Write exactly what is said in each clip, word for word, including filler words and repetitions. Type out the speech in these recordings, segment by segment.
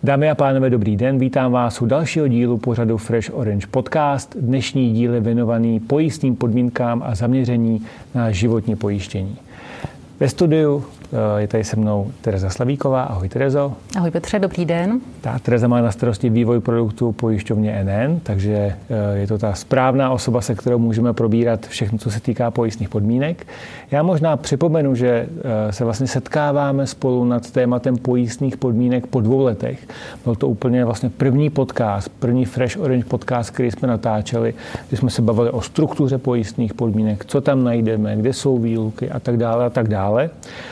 Dámy a pánové, dobrý den, vítám vás u dalšího dílu pořadu Fresh Orange Podcast. Dnešní díl je věnovaný pojistným podmínkám a zaměření na životní pojištění. Ve studiu je tady se mnou Tereza Slavíková. Ahoj Terezo. Ahoj Petře, dobrý den. Ta Tereza má na starosti vývoj produktu pojišťovně N N, takže je to ta správná osoba, se kterou můžeme probírat všechno, co se týká pojistných podmínek. Já možná připomenu, že se vlastně setkáváme spolu nad tématem pojistných podmínek po dvou letech. Byl to úplně vlastně první podcast, první Fresh Orange podcast, který jsme natáčeli, kdy jsme se bavili o struktuře pojistných podmínek, co tam najdeme, kde jsou výluky a tak dále a tak dále.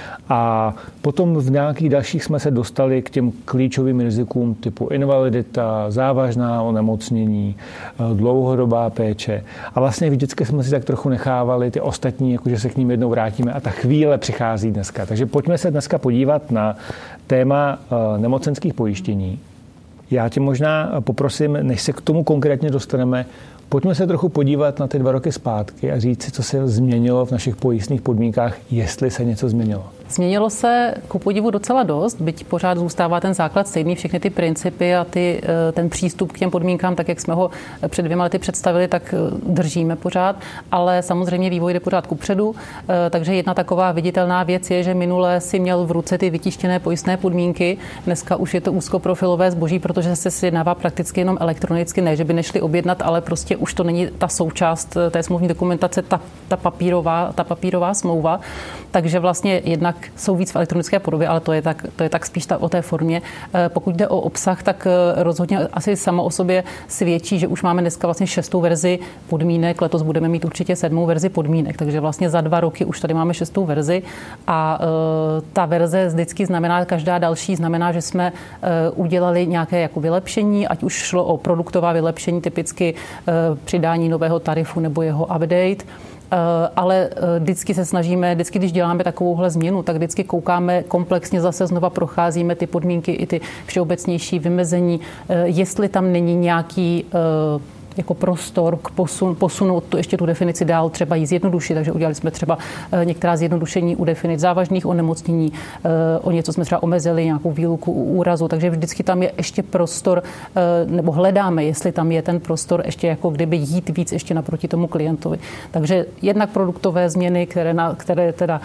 A potom v nějakých dalších jsme se dostali k těm klíčovým rizikům typu invalidita, závažná onemocnění, dlouhodobá péče. A vlastně vždycky jsme si tak trochu nechávali ty ostatní, jakože se k ním jednou vrátíme a ta chvíle přichází dneska. Takže pojďme se dneska podívat na téma nemocenských pojištění. Já tě možná poprosím, než se k tomu konkrétně dostaneme, pojďme se trochu podívat na ty dva roky zpátky a říct si, co se změnilo v našich pojistných podmínkách, jestli se něco změnilo. Změnilo se ku podivu docela dost, byť pořád zůstává ten základ stejný, všechny ty principy a ty, ten přístup k těm podmínkám, tak jak jsme ho před dvěma lety představili, tak držíme pořád, ale samozřejmě vývoj jde pořád kupředu, takže jedna taková viditelná věc je, že minule si měl v ruce ty vytištěné pojistné podmínky, dneska už je to úzkoprofilové zboží, protože se sjednává prakticky jenom elektronicky, ne, že by nešli objednat, ale prostě už to není ta součást té smluvní dokumentace, ta, ta papírová, ta papírová smlouva, takže vlastně jednak jsou víc v elektronické podobě, ale to je tak, to je tak spíš ta, o té formě. Pokud jde o obsah, tak rozhodně asi samo o sobě svědčí, že už máme dneska vlastně šestou verzi podmínek, letos budeme mít určitě sedmou verzi podmínek, takže vlastně za dva roky už tady máme šestou verzi a e, ta verze vždycky znamená, každá další znamená, že jsme e, udělali nějaké jako vylepšení, ať už šlo o produktová vylepšení, typicky e, přidání nového tarifu nebo jeho update. Ale vždycky se snažíme, vždycky, když děláme takovouhle změnu, tak vždycky koukáme komplexně, zase znova procházíme ty podmínky i ty všeobecnější vymezení, jestli tam není nějaký jako prostor k posun, posunout to ještě tu definici dál, třeba ji zjednodušit, takže udělali jsme třeba některá zjednodušení u definic závažných onemocnění, o něco jsme třeba omezili nějakou výluku u úrazu, takže vždycky tam je ještě prostor, nebo hledáme, jestli tam je ten prostor ještě jako kdyby jít víc ještě naproti tomu klientovi. Takže jednak produktové změny, které, na, které teda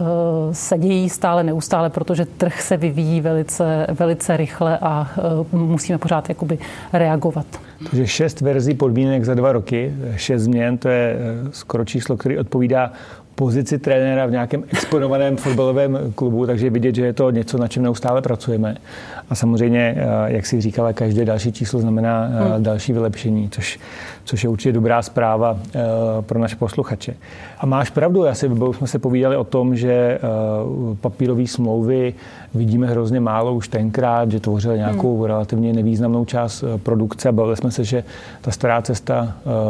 se dějí stále neustále, protože trh se vyvíjí velice, velice rychle a musíme pořád jakoby reagovat. Takže šest verzí podmínek za dva roky, šest změn, to je skoro číslo, který odpovídá pozici trenéra v nějakém exponovaném fotbalovém klubu, takže vidět, že je to něco, na čem neustále pracujeme. A samozřejmě, jak jsi říkala, každé další číslo znamená hmm. další vylepšení, což, což je určitě dobrá zpráva pro naše posluchače. A máš pravdu, asi už jsme se povídali o tom, že papírové smlouvy vidíme hrozně málo už tenkrát, že tvořily nějakou hmm. relativně nevýznamnou část produkce a bavili jsme se, že ta stará cesta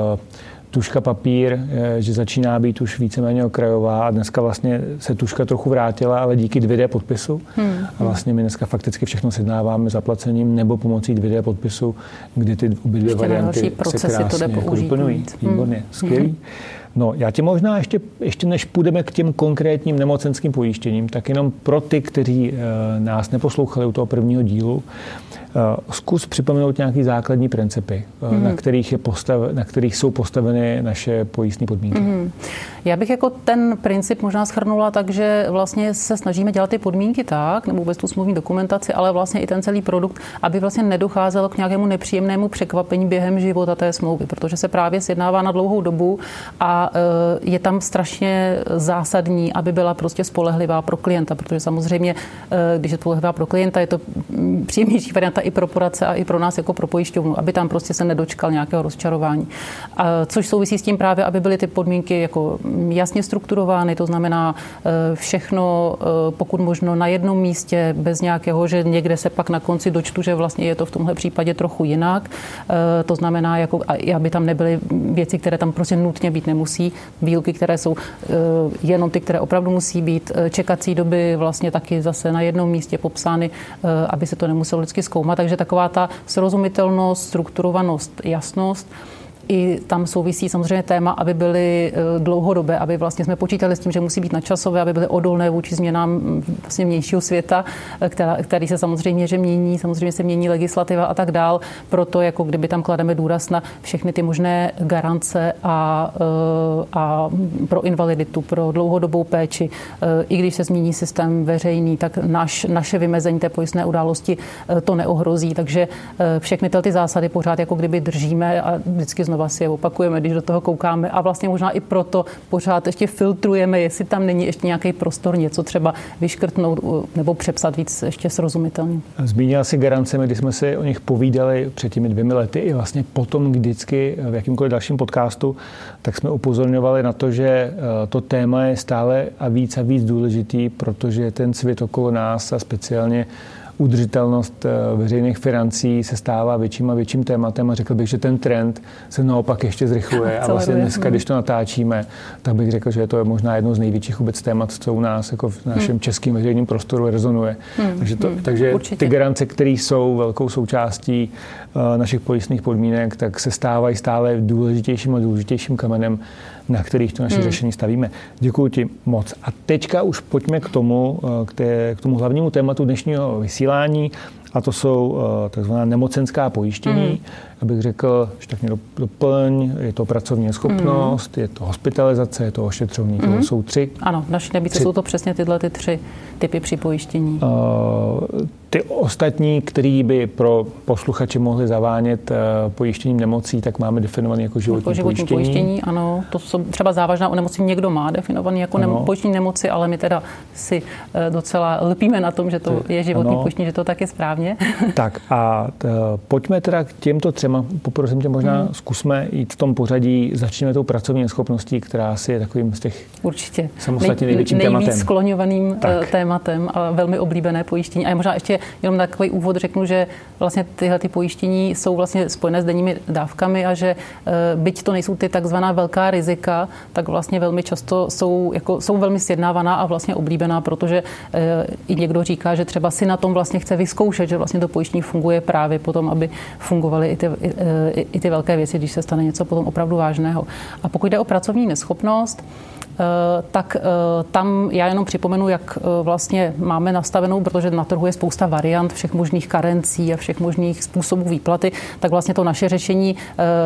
tužka papír, že začíná být už víceméně okrajová a dneska vlastně se tužka trochu vrátila, ale díky dvě dé podpisu. Hmm. A vlastně my dneska fakticky všechno sjednáváme zaplacením nebo pomocí dvě dé podpisu, kdy ty obě dvě varianty se krásně jako doplňují. Výborně, hmm. skvělý. Hmm. No, já tě možná ještě, ještě než půjdeme k těm konkrétním nemocenským pojištěním, tak jenom pro ty, kteří e, nás neposlouchali u toho prvního dílu, e, zkus připomenout nějaký základní principy, e, mm. na, kterých je postav, na kterých jsou postaveny naše pojistné podmínky. Mm. Já bych jako ten princip možná shrnula tak, že vlastně se snažíme dělat ty podmínky tak, nebo vůbec tu smluvní dokumentaci, ale vlastně i ten celý produkt, aby vlastně nedocházelo k nějakému nepříjemnému překvapení během života té smlouvy, protože se právě sjednává na dlouhou dobu a je tam strašně zásadní, aby byla prostě spolehlivá pro klienta, protože samozřejmě, když je spolehlivá pro klienta, je to příjemnější varianta i pro poradce a i pro nás jako pro pojišťovnu, aby tam prostě se nedočkal nějakého rozčarování. A což souvisí s tím právě, aby byly ty podmínky jako jasně strukturovány, to znamená všechno pokud možno na jednom místě, bez nějakého, že někde se pak na konci dočtu, že vlastně je to v tomhle případě trochu jinak. To znamená, jako, aby tam nebyly věci, které tam prostě nutně být nemusí, výluky, které jsou jenom ty, které opravdu musí být, čekací doby vlastně taky zase na jednom místě popsány, aby se to nemuselo vždycky zkoumat. Takže taková ta srozumitelnost, strukturovanost, jasnost. i tam souvisí samozřejmě téma, aby byly dlouhodobé, aby vlastně jsme počítali s tím, že musí být nadčasové, aby byly odolné vůči změnám vlastně vnějšího světa, která, který se samozřejmě že mění, samozřejmě se mění legislativa a tak dál. Proto jako kdyby tam klademe důraz na všechny ty možné garance a, a pro invaliditu, pro dlouhodobou péči. I když se změní systém veřejný, tak naš, naše vymezení té pojistné události to neohrozí. Takže všechny ty zásady pořád jako kdyby držíme a vždycky znova si je opakujeme, když do toho koukáme. A vlastně možná i proto pořád ještě filtrujeme, jestli tam není ještě nějaký prostor něco třeba vyškrtnout nebo přepsat víc ještě srozumitelně. Zmínila si garance, když jsme si o nich povídali před těmi dvěmi lety i vlastně potom vždycky v jakýmkoliv dalším podcastu, tak jsme upozorňovali na to, že to téma je stále a víc a víc důležitý, protože ten svět okolo nás a speciálně udržitelnost veřejných financí se stává větším a větším tématem a řekl bych, že ten trend se naopak ještě zrychluje a vlastně dneska, když to natáčíme, tak bych řekl, že to je možná jedno z největších vůbec témat, co u nás jako v našem hmm. českém veřejném prostoru rezonuje. Hmm. Takže, to, hmm. takže ty garance, které jsou velkou součástí uh, našich pojistných podmínek, tak se stávají stále důležitějším a důležitějším kamenem, na kterých to naše hmm. řešení stavíme. Děkuji ti moc. A teďka už pojďme k tomu, k, té, k tomu hlavnímu tématu dnešního vysílání, a to jsou takzvaná nemocenská pojištění. Hmm. Abych řekl, že tak mě doplň, je to pracovní schopnost, hmm. je to hospitalizace, je to ošetřovní. Hmm. To jsou tři. Ano, v naší nabídce jsou to přesně tyhle ty tři typy připojištění. Uh, ty ostatní, který by pro posluchače mohli zavánět uh, pojištěním nemocí, tak máme definovaný jako životní, jako životní pojištění. pojištění. Ano, to jsou třeba závažná onemocnění. Někdo má definovaný jako nemo, pojištění nemoci, ale my teda si uh, docela lpíme na tom, že to je životní ano. pojištění, že to tak je správně. Tak a t, pojďme teda k těmto třema. Poprosím tě, možná hmm. zkusme jít v tom pořadí. Začneme tou pracovní neschopností, která si je takovým z těch určitě samostatně největším Nej, tématem. Nejvíc skloňovaným tak. tématem a velmi oblíbené pojištění. A možná ještě jenom na takový úvod řeknu, že vlastně tyhle ty pojištění jsou vlastně spojené s denními dávkami a že byť to nejsou ty takzvaná velká rizika, tak vlastně velmi často jsou, jako, jsou velmi sjednávaná a vlastně oblíbená, protože i někdo říká, že třeba si na tom vlastně chce vyzkoušet, že vlastně to pojištění funguje právě potom, aby fungovaly i ty, i, i ty velké věci, když se stane něco potom opravdu vážného. A pokud jde o pracovní neschopnost, tak tam já jenom připomenu, jak vlastně máme nastavenou, protože na trhu je spousta variant všech možných karencí a všech možných způsobů výplaty, tak vlastně to naše řešení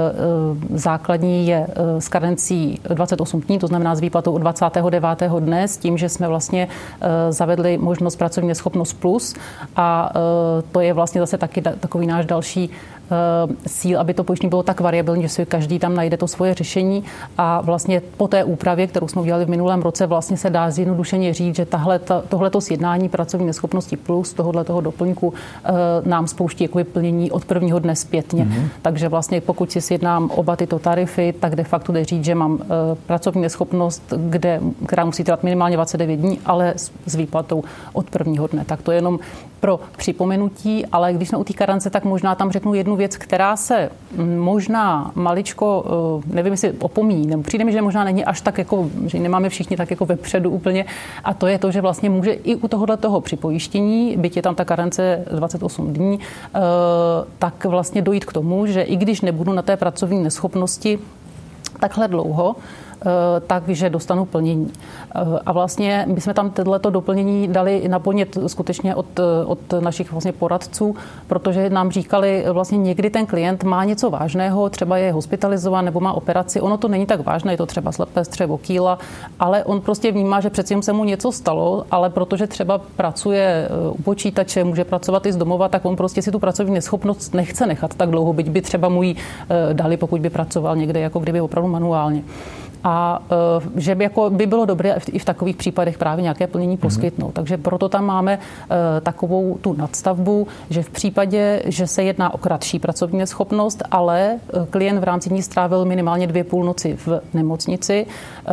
základní je s karencí dvacet osm dní, to znamená s výplatou od dvacátého devátého dne, s tím, že jsme vlastně zavedli možnost pracovní neschopnost plus a to je vlastně zase taky takový náš další cíl, aby to pojištění bylo tak variabilní, že si každý tam najde to svoje řešení a vlastně po té úpravě, kterou jsme udělali v minulém roce, vlastně se dá zjednodušeně říct, že tohleto sjednání pracovní neschopnosti plus tohohle toho doplňku nám spouští jakoby plnění od prvního dne zpětně. Mm-hmm. Takže vlastně pokud si sjednám oba tyto tarify, tak de facto jde říct, že mám pracovní neschopnost, kde, která musí trvat minimálně dvacet devět dní, ale s výplatou od prvního dne. Tak to je jenom pro připomenutí, ale když jsme u té karance, tak možná tam řeknu jednu věc, která se možná maličko, nevím, jestli opomíjí, nebo přijde mi, že možná není až tak jako, že nemáme všichni tak jako vepředu úplně, a to je to, že vlastně může i u tohohle toho připojištění, byť je tam ta karance dvacet osm dní, tak vlastně dojít k tomu, že i když nebudu na té pracovní neschopnosti takhle dlouho, takže dostanu plnění. A vlastně my jsme tam tohleto doplnění dali na podnět skutečně od, od našich vlastně poradců, protože nám říkali, vlastně někdy ten klient má něco vážného, třeba je hospitalizován nebo má operaci, ono to není tak vážné, je to třeba slepé střevo kýla, ale on prostě vnímá, že přeci se mu něco stalo, ale protože třeba pracuje u počítače, může pracovat i z domova, tak on prostě si tu pracovní neschopnost nechce nechat tak dlouho, byť by třeba mu ji dali, pokud by pracoval někde, jako kdyby opravdu manuálně. A že by, jako by bylo dobré i v takových případech právě nějaké plnění poskytnout. Mm-hmm. Takže proto tam máme takovou tu nadstavbu, že v případě, že se jedná o kratší pracovní neschopnost, ale klient v rámci ní strávil minimálně dvě půl noci v nemocnici,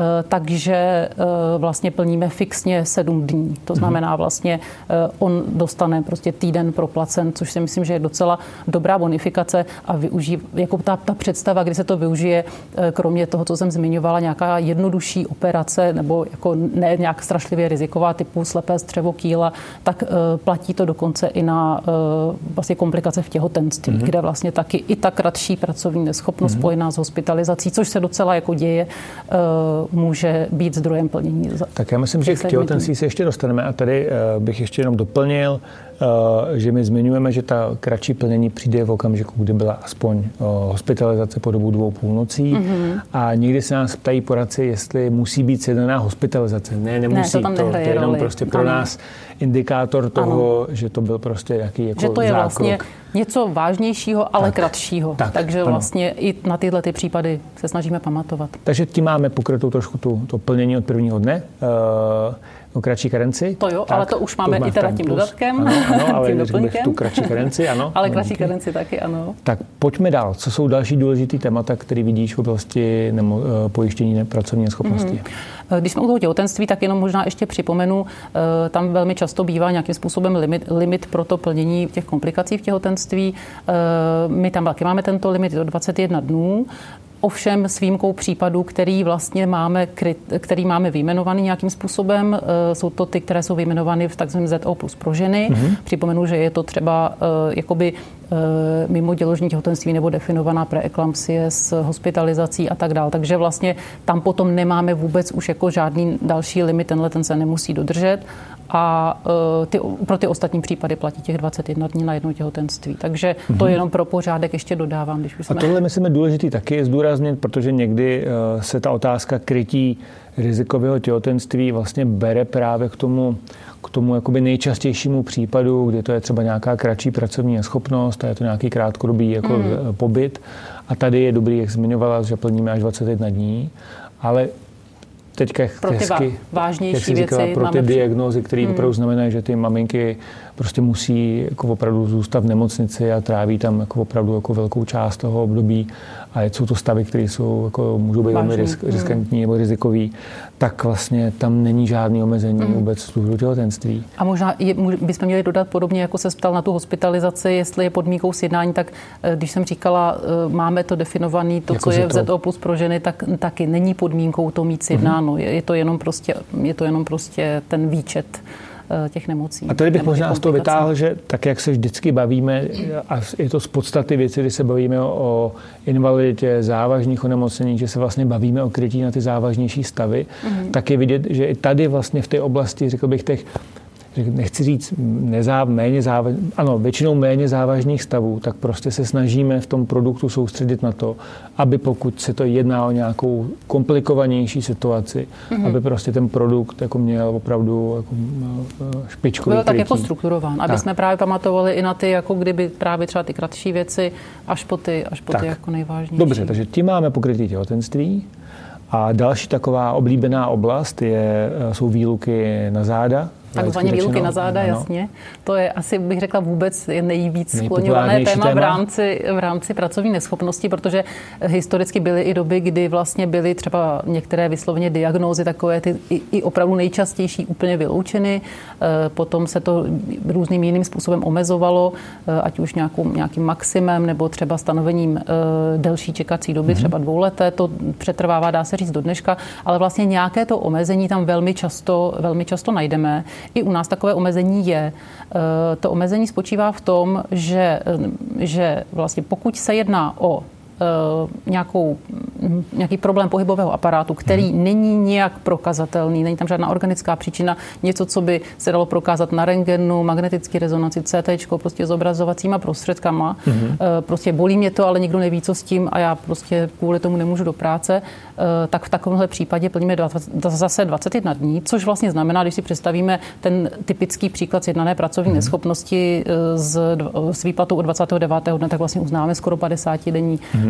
takže vlastně plníme fixně sedm dní. To znamená vlastně on dostane prostě týden proplacen, což si myslím, že je docela dobrá bonifikace a využí, jako ta, ta představa, kdy se to využije, kromě toho, co jsem zmiňovala, udělala nějaká jednodušší operace nebo jako ne nějak strašlivě riziková typu slepé střevo kýla, tak uh, platí to dokonce i na uh, vlastně komplikace v těhotenství, mm-hmm. kde vlastně taky i ta kratší pracovní neschopnost mm-hmm. spojená s hospitalizací, což se docela jako děje, uh, může být zdrojem plnění. Tak já myslím, že k těhotenství se ještě dostaneme a tady uh, bych ještě jenom doplnil, že my zmiňujeme, že ta kratší plnění přijde v okamžiku, kdy byla aspoň hospitalizace po dobu dvou půlnocí mm-hmm. a někdy se nás ptají poradci, jestli musí být sjednaná hospitalizace. Ne, nemusí. Ne, to, to, to je jenom prostě pro ano. nás indikátor toho, ano. že to byl prostě jaký jako že to je zákrok. Vlastně něco vážnějšího, ale tak, kratšího. Tak, Takže ano. vlastně i na tyhle ty případy se snažíme pamatovat. Takže tím máme pokrytou trošku tu, to plnění od prvního dne. Uh, o kratší karenci. To jo, tak, ale to už máme to i teda tím plus. dodatkem, ano, ano, ale tím doplňkem. Tu kratší karenci, ano. ale kratší karenci taky, ano. Tak pojďme dál. Co jsou další důležitý témata, které vidíš v oblasti nemo, pojištění pracovní neschopnosti? Mm-hmm. Když jsme u toho těhotenství, tak jenom možná ještě připomenu, tam velmi často bývá nějakým způsobem limit, limit pro to plnění těch komplikací v těhotenství. My tam taky máme tento limit do dvacet jedna dnů. Ovšem s výjimkou případů, který vlastně máme, který máme vyjmenovaný nějakým způsobem. Jsou to ty, které jsou vyjmenovány v takzvaném Z O plus pro ženy. Mm-hmm. Připomenu, že je to třeba jakoby mimo děložní těhotenství nebo definovaná preeklampsie s hospitalizací a tak dále. Takže vlastně tam potom nemáme vůbec už jako žádný další limit, tenhle ten se nemusí dodržet. A ty, pro ty ostatní případy platí těch dvacet jedna dní na jedno těhotenství. Takže mm-hmm. to jenom pro pořádek ještě dodávám. Když už jsme... A tohle myslím je důležitý taky zdůraznit, protože někdy se ta otázka krytí rizikového těhotenství vlastně bere právě k tomu, k tomu jakoby nejčastějšímu případu, kdy to je třeba nějaká kratší pracovní neschopnost a je to nějaký krátkodobý jako mm. pobyt. A tady je dobrý, jak zmiňovala, že plníme až dvacet jedna dní, ale teďka pro ty hezky, vážnější říkala, věci. Pro ty diagnózy, které hmm. opravdu znamenají, že ty maminky prostě musí jako opravdu zůstat v nemocnici a tráví tam jako opravdu jako velkou část toho období. A jsou to stavy, které jsou, jako, můžou být velmi risk, riskantní hmm. nebo rizikový, tak vlastně tam není žádný omezení hmm. vůbec v těhotenství. A možná je, bychom měli dodat podobně, jako se ptal na tu hospitalizaci, jestli je podmínkou sjednání, tak když jsem říkala, máme to definovaný, to, jako co je v Z O plus pro ženy, tak taky není podmínkou to mít sjednáno. Hmm. Je, je, to jenom prostě, je to jenom prostě ten výčet těch nemocí. A tady bych možná z toho vytáhl, že tak, jak se vždycky bavíme, a je to z podstaty věci, kdy se bavíme o invaliditě, závažných onemocnění, že se vlastně bavíme o krytí na ty závažnější stavy, mm-hmm. tak je vidět, že i tady vlastně v té oblasti, řekl bych, těch nechci říct nezáv, méně závaž, ano, většinou méně závažných stavů, tak prostě se snažíme v tom produktu soustředit na to, aby pokud se to jedná o nějakou komplikovanější situaci, mm-hmm. aby prostě ten produkt jako měl opravdu jako špičkový Byl krytí. tak jako strukturován, aby tak. jsme právě pamatovali i na ty, jako kdyby právě třeba ty kratší věci, až po ty, až po ty jako nejvážnější. Dobře, takže tím máme pokrytí těhotenství. A další taková oblíbená oblast je, jsou výluky na záda. Takzvaně výluky na záda, ano. Jasně. To je asi, bych řekla, vůbec nejvíc skloňované téma, téma v rámci, v rámci pracovní neschopnosti, protože historicky byly i doby, kdy vlastně byly třeba některé vysloveně diagnózy takové ty i, i opravdu nejčastější úplně vyloučeny. Potom se to různým jiným způsobem omezovalo, ať už nějakou, nějakým maximem nebo třeba stanovením delší čekací doby, mm-hmm. třeba dvouleté. To přetrvává, dá se říct, do dneška, ale vlastně nějaké to omezení tam velmi často, velmi často najdeme. I u nás takové omezení je. To omezení spočívá v tom, že, že vlastně pokud se jedná o nějakou, nějaký problém pohybového aparátu, který hmm. není nějak prokazatelný, není tam žádná organická příčina, něco, co by se dalo prokázat na rentgenu, magnetický rezonanci, C T, prostě zobrazovacíma prostředkama. Hmm. Prostě bolí mě to, ale nikdo neví, co s tím a já prostě kvůli tomu nemůžu do práce. Tak v takovémhle případě plníme zase dvacet jedna dní, což vlastně znamená, když si představíme ten typický příklad sjednané pracovní hmm. neschopnosti s, s výplatou od dvacátého devátého dne, tak vlastně uznáme skoro padesátidenní hmm.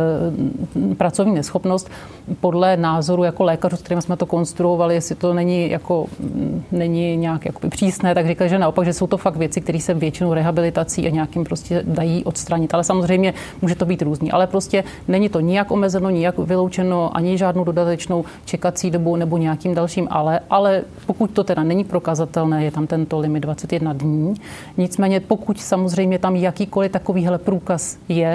pracovní neschopnost. Podle názoru jako lékařů, s kterými jsme to konstruovali, jestli to není, jako, není nějak jako přísné, tak říkali, že naopak, že jsou to fakt věci, které se většinou rehabilitací a nějakým prostě dají odstranit. Ale samozřejmě může to být různý. Ale prostě není to nijak omezeno, nijak vyloučeno, ani žádnou dodatečnou čekací dobu nebo nějakým dalším ale. Ale pokud to teda není prokazatelné, je tam tento limit dvacet jedna dní. Nicméně pokud samozřejmě tam jakýkoliv takovýhle průkaz je,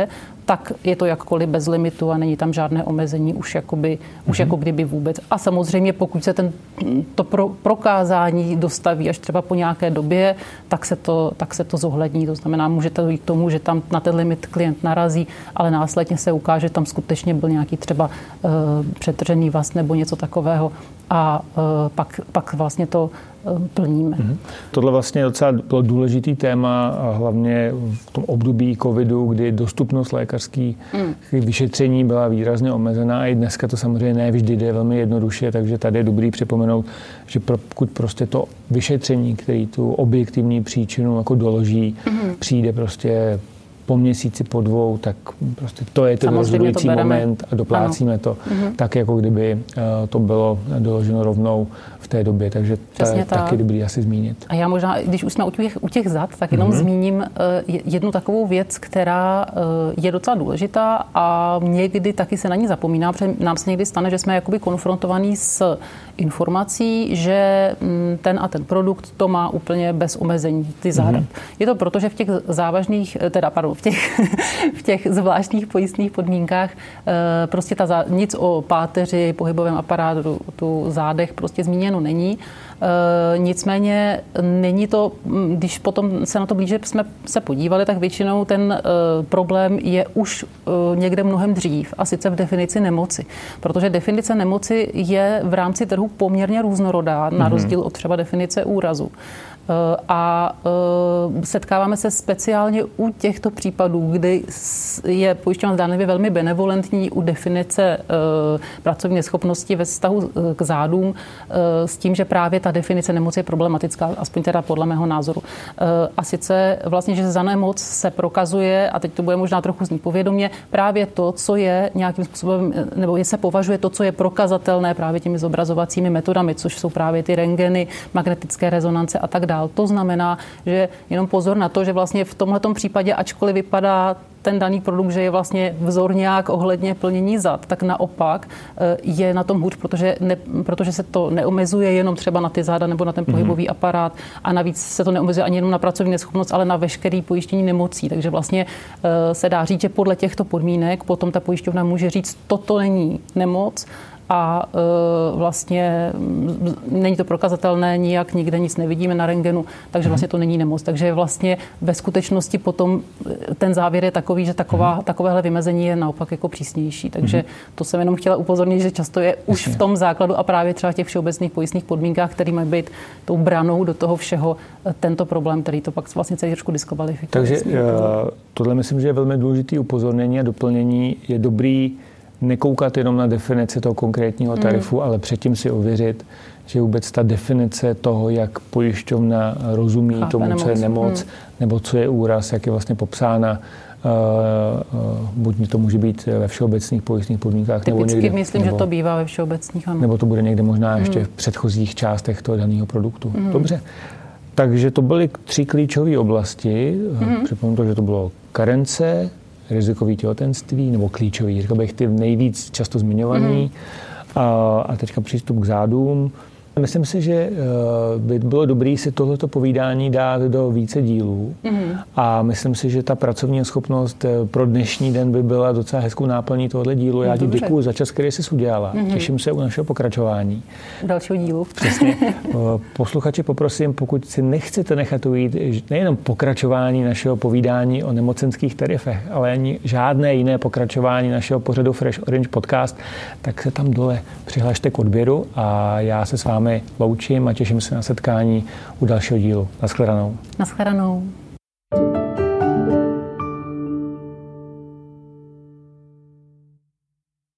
tak je to jakkoliv bez limitu a není tam žádné omezení už, jakoby, mm-hmm. už jako kdyby vůbec. A samozřejmě pokud se ten, to pro, prokázání dostaví až třeba po nějaké době, tak se to, tak se to zohlední. To znamená, můžete dojít k tomu, že tam na ten limit klient narazí, ale následně se ukáže, že tam skutečně byl nějaký třeba uh, přetržený vaz nebo něco takového a uh, pak, pak vlastně to plníme. Mm-hmm. Tohle vlastně docela bylo důležitý téma a hlavně v tom období covidu, kdy dostupnost lékařských mm. vyšetření byla výrazně omezená a i dneska to samozřejmě ne vždy jde velmi jednoduše, takže tady je dobrý připomenout, že pokud prostě to vyšetření, který tu objektivní příčinu jako doloží, mm-hmm. přijde prostě po měsíci, po dvou, tak prostě to je ten rozhodující moment a doplácíme ano. to mm-hmm. tak, jako kdyby to bylo doloženo rovnou v té době. Takže to je tak. taky dobrý asi zmínit. A já možná, když už jsme u těch, u těch zad, tak jenom mm-hmm. zmíním jednu takovou věc, která je docela důležitá a někdy taky se na ní zapomíná, protože nám se někdy stane, že jsme jakoby konfrontovaní s informací, že ten a ten produkt to má úplně bez omezení, ty záda. Mm-hmm. Je to proto, že v těch závažných, teda pardon, v těch, v těch zvláštních pojistných podmínkách prostě ta, nic o páteři, pohybovém aparátu, tu zádech prostě zmíněno není. E, nicméně není to, když potom se na to blíže jsme se podívali, tak většinou ten e, problém je už e, někde mnohem dřív, a sice v definici nemoci. Protože definice nemoci je v rámci trhu poměrně různorodá, na rozdíl od třeba definice úrazu. A setkáváme se speciálně u těchto případů, kdy je pojišťovna zdánlivě velmi benevolentní u definice pracovní neschopnosti ve vztahu k zádům s tím, že právě ta definice nemoci je problematická, aspoň teda podle mého názoru. A sice vlastně, že za nemoc se prokazuje, a teď to bude možná trochu znít povědomě, právě to, co je nějakým způsobem, nebo je se považuje to, co je prokazatelné právě těmi zobrazovacími metodami, což jsou právě ty rentgeny, magnetické rezonance a tak dále. To znamená, že jenom pozor na to, že vlastně v tomhletom případě, ačkoliv vypadá ten daný produkt, že je vlastně vzorňák ohledně plnění zad, tak naopak je na tom hůř, protože, ne, protože se to neomezuje jenom třeba na ty záda nebo na ten pohybový mm-hmm. aparát a navíc se to neomezuje ani jenom na pracovní neschopnost, ale na veškerý pojištění nemocí. Takže vlastně se dá říct, že podle těchto podmínek potom ta pojišťovna může říct, toto není nemoc, a e, vlastně není to prokazatelné, nijak nikde nic nevidíme na rentgenu, takže vlastně to není nemoc. Takže vlastně ve skutečnosti potom ten závěr je takový, že taková, takovéhle vymezení je naopak jako přísnější. Takže to jsem jenom chtěla upozornit, že často je už v tom základu a právě třeba v těch všeobecných pojistných podmínkách, který mají být tou branou do toho všeho, tento problém, který to pak vlastně celý trošku diskvalifikuje. Takže tohle myslím, že je velmi důležité upozornění a doplnění. Je dobrý nekoukat jenom na definici toho konkrétního tarifu, mm. ale předtím si ověřit, že vůbec ta definice toho, jak pojišťovna rozumí Chápe tomu, nemoc. co je nemoc, mm. nebo co je úraz, jak je vlastně popsána, uh, uh, buď to může být ve všeobecných pojistných podmínkách. Typicky nebo někde, myslím, nebo, že to bývá ve všeobecných, ano. Nebo to bude někde možná ještě mm. v předchozích částech toho daného produktu. Mm. Dobře. Takže to byly tři klíčové oblasti. Mm. Připomínám to, že to bylo karence, rizikový těhotenství, nebo klíčový, řekl bych ty nejvíc často zmiňovaný. Mm-hmm. A, a teďka přístup k zádům. Myslím si, že by bylo dobré si tohleto povídání dát do více dílů. Mm-hmm. A myslím si, že ta pracovní schopnost pro dnešní den by byla docela hezkou náplní tohoto dílu. Já ti děkuju za čas, který jsi udělala. Mm-hmm. Těším se u našeho pokračování. Dalšího dílu. Přesně. Posluchači, poprosím, pokud si nechcete nechat ujít nejenom pokračování našeho povídání o nemocenských tarifech, ale ani žádné jiné pokračování našeho pořadu Fresh Orange Podcast, tak se tam dole přihlašte k odběru a já se s vámi loučím a těším se na setkání u dalšího dílu. Naschledanou. Naschledanou.